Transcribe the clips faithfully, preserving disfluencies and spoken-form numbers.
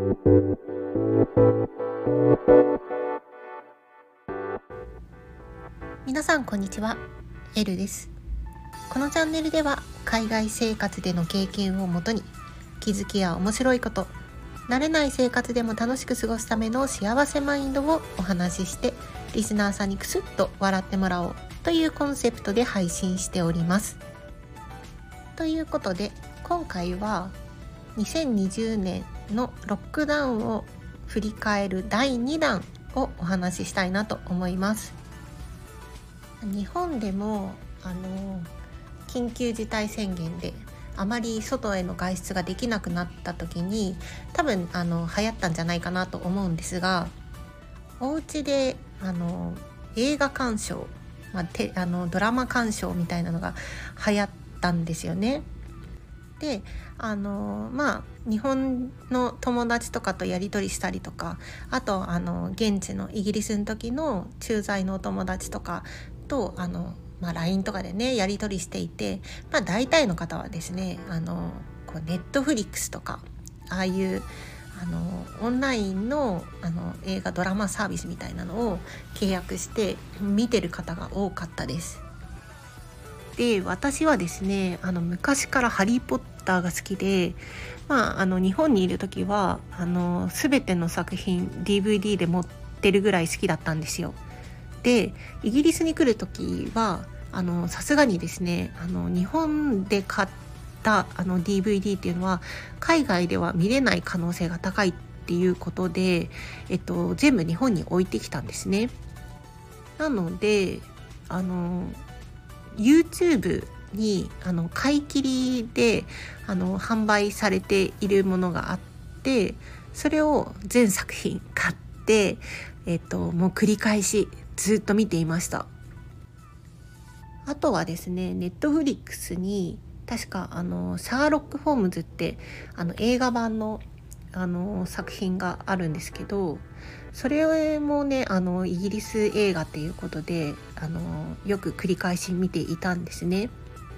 皆さんこんにちは、エルです。このチャンネルでは海外生活での経験をもとに気づきや面白いこと、慣れない生活でも楽しく過ごすための幸せマインドをお話しして、リスナーさんにクスッと笑ってもらおうというコンセプトで配信しております。ということで今回はにせんにじゅうねんのロックダウンを振り返るだいにだんをお話ししたいなと思います。日本でもあの緊急事態宣言であまり外への外出ができなくなった時に多分あの流行ったんじゃないかなと思うんですが、お家であの映画鑑賞、まあ、てあのドラマ鑑賞みたいなのが流行ったんですよね。であのまあ日本の友達とかとやり取りしたりとか、あとあの現地のイギリスの時の駐在のお友達とかとあの、まあ、ライン とかでねやり取りしていて、まあ、大体の方はですねあのこうネットフリックスとかああいうあのオンライン の, あの映画ドラマサービスみたいなのを契約して見てる方が多かったです。で私はですねあの昔からハリーポッターが好きで、まあ、あの日本にいる時はあの全ての作品 ディーブイディー で持ってるぐらい好きだったんですよ。でイギリスに来る時はあのさすがにですねあの日本で買ったあの ディーブイディー っていうのは海外では見れない可能性が高いっていうことで、えっと、全部日本に置いてきたんですね。なのであの YouTube にあの買い切りであの販売されているものがあって、それを全作品買って、えっと、もう繰り返しずっと見ていました。あとはですねネットフリックスに確かあのシャーロック・ホームズってあの映画版のあの作品があるんですけど、それもねあのイギリス映画っていうことであのよく繰り返し見ていたんですね。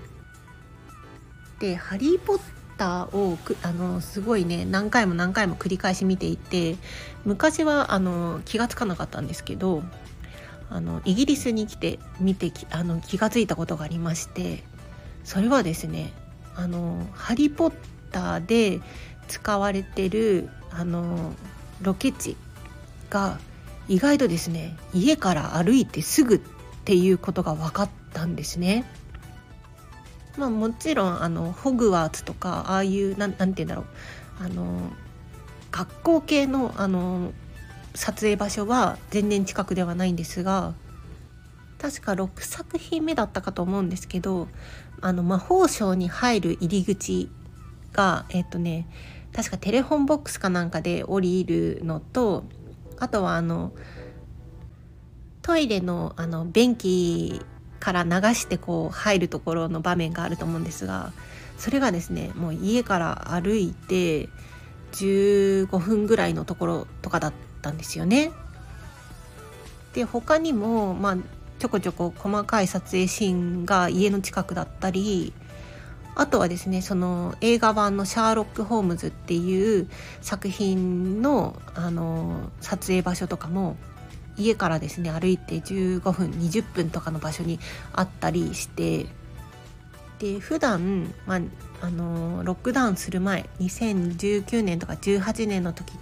でハリー・ポッターをあのすごいね何回も何回も繰り返し見ていて、昔はあの気がつかなかったんですけど、あのイギリスに来て見てきあの気がついたことがありまして、それはですねあのハリー・ポッターで使われてるあのロケ地が意外とですね家から歩いてすぐっていうことが分かったんですね。まあもちろんあのホグワーツとかああいうなん、なんて言うんだろうあの学校系のあの撮影場所は全然近くではないんですが、確かろくさく品目だったかと思うんですけど、あの魔法省に入る入り口がえっとね確かテレホンボックスかなんかで降りるのと、あとはあのトイレのあの便器から流してこう入るところの場面があると思うんですが、それがですねもう家から歩いてじゅうごふんぐらいのところとかだったんですよね。で他にもまあちょこちょこ細かい撮影シーンが家の近くだったり、あとはですねその映画版のシャーロック・ホームズっていう作品の、あの撮影場所とかも家からですね歩いてじゅうごふんにじゅっぷんとかの場所にあったりして、で普段、まあ、あのロックダウンする前にせんじゅうきゅうねんとかじゅうはちねんの時って、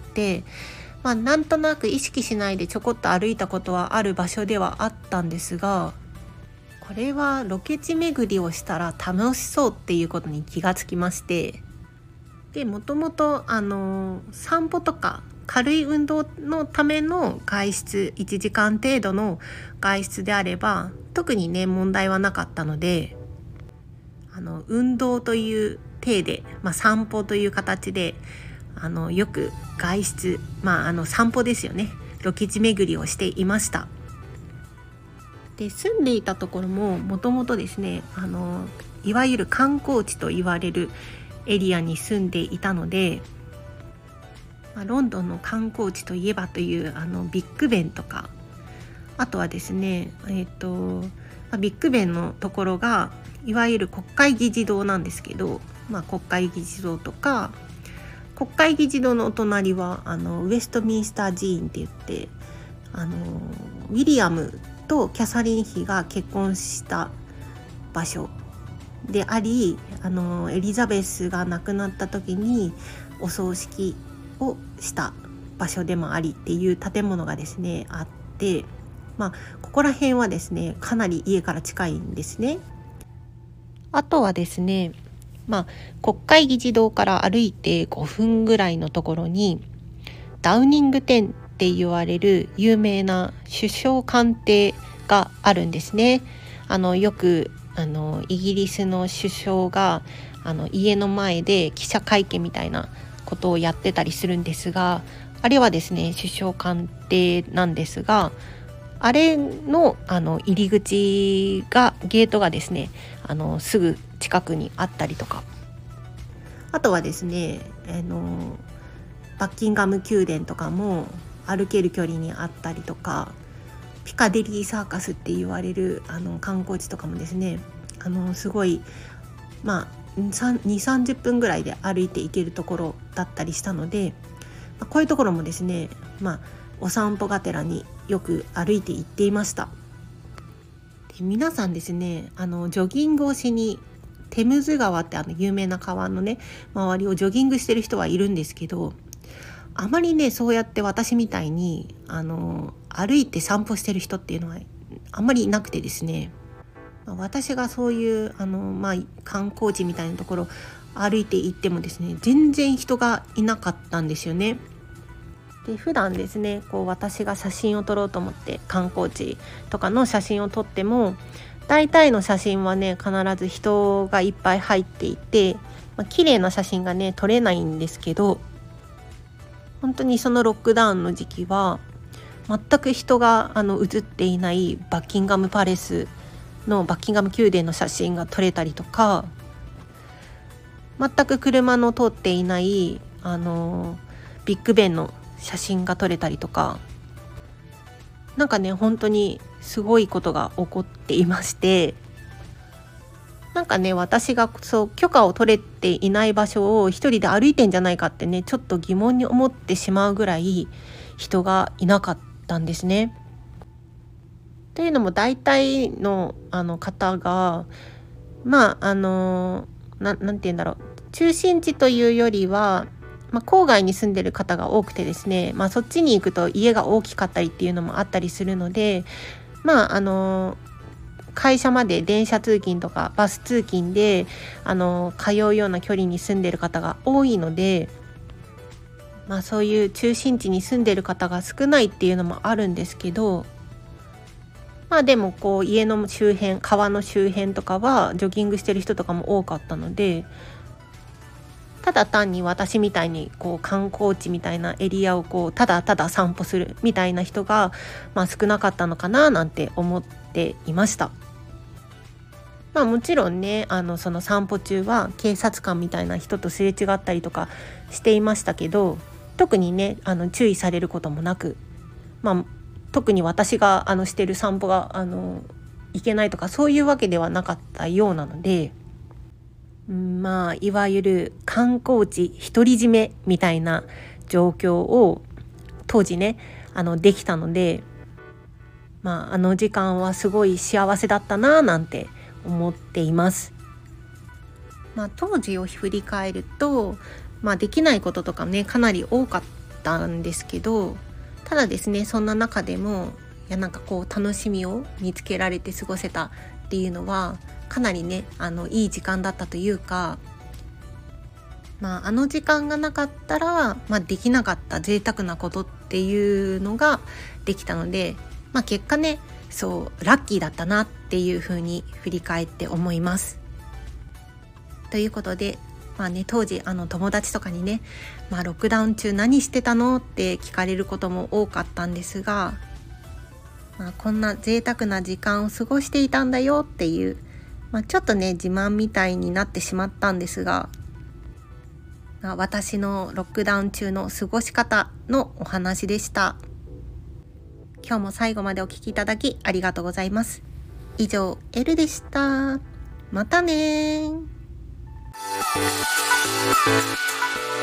まあ、なんとなく意識しないでちょこっと歩いたことはある場所ではあったんですが、これはロケ地巡りをしたら楽しそうっていうことに気がつきまして、でもともとあの散歩とか軽い運動のための外出いちじかん程度の外出であれば特にね問題はなかったので、あの運動という体で、まあ、散歩という形であのよく外出、まあ、あの散歩ですよね、ロケ地巡りをしていました。で住んでいたところももともとですねあのいわゆる観光地と言われるエリアに住んでいたので、まあ、ロンドンの観光地といえばというあのビッグベンとか、あとはですね、えーとまあ、ビッグベンのところがいわゆる国会議事堂なんですけど、まあ、国会議事堂とか国会議事堂のお隣はあのウェストミンスター寺院って言って、あのウィリアムとキャサリン妃が結婚した場所であり、あのエリザベスが亡くなった時にお葬式をした場所でもありっていう建物がですねあって、まあここら辺はですねかなり家から近いんですね。あとはですね、まあ国会議事堂から歩いてごふんぐらいのところにダウニング店って言われる有名な首相官邸があるんですね。あのよくあのイギリスの首相があの家の前で記者会見みたいなことをやってたりするんですが、あれはですね首相官邸なんですが、あれのあの入り口がゲートがですねあのすぐ近くにあったりとか、あとはですねあのバッキンガム宮殿とかも歩ける距離にあったりとか、ピカデリーサーカスって言われるあの観光地とかもですね、あのすごいまあにじゅう、さんじゅっぷんぐらいで歩いて行けるところだったりしたので、まあ、こういうところもですね、まあ、お散歩がてらによく歩いて行っていました。で皆さんですね、あのジョギングをしにテムズ川ってあの有名な川のね周りをジョギングしてる人はいるんですけど、あまりねそうやって私みたいにあの歩いて散歩してる人っていうのはあんまりいなくてですね、私がそういうあの、まあ、観光地みたいなところ歩いて行ってもですね全然人がいなかったんですよね。で普段ですねこう私が写真を撮ろうと思って観光地とかの写真を撮っても、大体の写真はね必ず人がいっぱい入っていて、まあ、綺麗な写真がね撮れないんですけど、本当にそのロックダウンの時期は全く人があの写っていないバッキンガムパレスのバッキンガム宮殿の写真が撮れたりとか、全く車の通っていないあのビッグベンの写真が撮れたりとか、なんかね本当にすごいことが起こっていまして、なんかね私がそう許可を取れていない場所を一人で歩いてんじゃないかってねちょっと疑問に思ってしまうぐらい人がいなかったんですね。というのも大体のあの方がまああのななんて言うんだろう、中心地というよりは、まあ、郊外に住んでる方が多くてですね、まあ、そっちに行くと家が大きかったりっていうのもあったりするので、まああの会社まで電車通勤とかバス通勤であの通うような距離に住んでる方が多いので、まあ、そういう中心地に住んでる方が少ないっていうのもあるんですけど、まあでもこう家の周辺、川の周辺とかはジョギングしてる人とかも多かったので、ただ単に私みたいにこう観光地みたいなエリアをこうただただ散歩するみたいな人が、まあ、少なかったのかななんて思っていました。まあもちろんねあのその散歩中は警察官みたいな人とすれ違ったりとかしていましたけど、特にねあの注意されることもなく、まあ特に私があのしてる散歩があのいけないとかそういうわけではなかったようなので、まあいわゆる観光地独り占めみたいな状況を当時ねあのできたので、まああの時間はすごい幸せだったななんて思っています。まあ当時を振り返ると、まあできないこととかねかなり多かったんですけど、ただですねそんな中でもいやなんかこう楽しみを見つけられて過ごせたっていうのはかなりねあのいい時間だったというか、まああの時間がなかったら、まあ、できなかった贅沢なことっていうのができたので、まあ結果ねそうラッキーだったなっていうふうに振り返って思います。ということでまあね、当時あの友達とかにね、まあ、ロックダウン中何してたのって聞かれることも多かったんですが、まあ、こんな贅沢な時間を過ごしていたんだよっていう、まあ、ちょっとね自慢みたいになってしまったんですが、まあ、私のロックダウン中の過ごし方のお話でした。今日も最後までお聞きいただきありがとうございます。以上、エルでした。またね。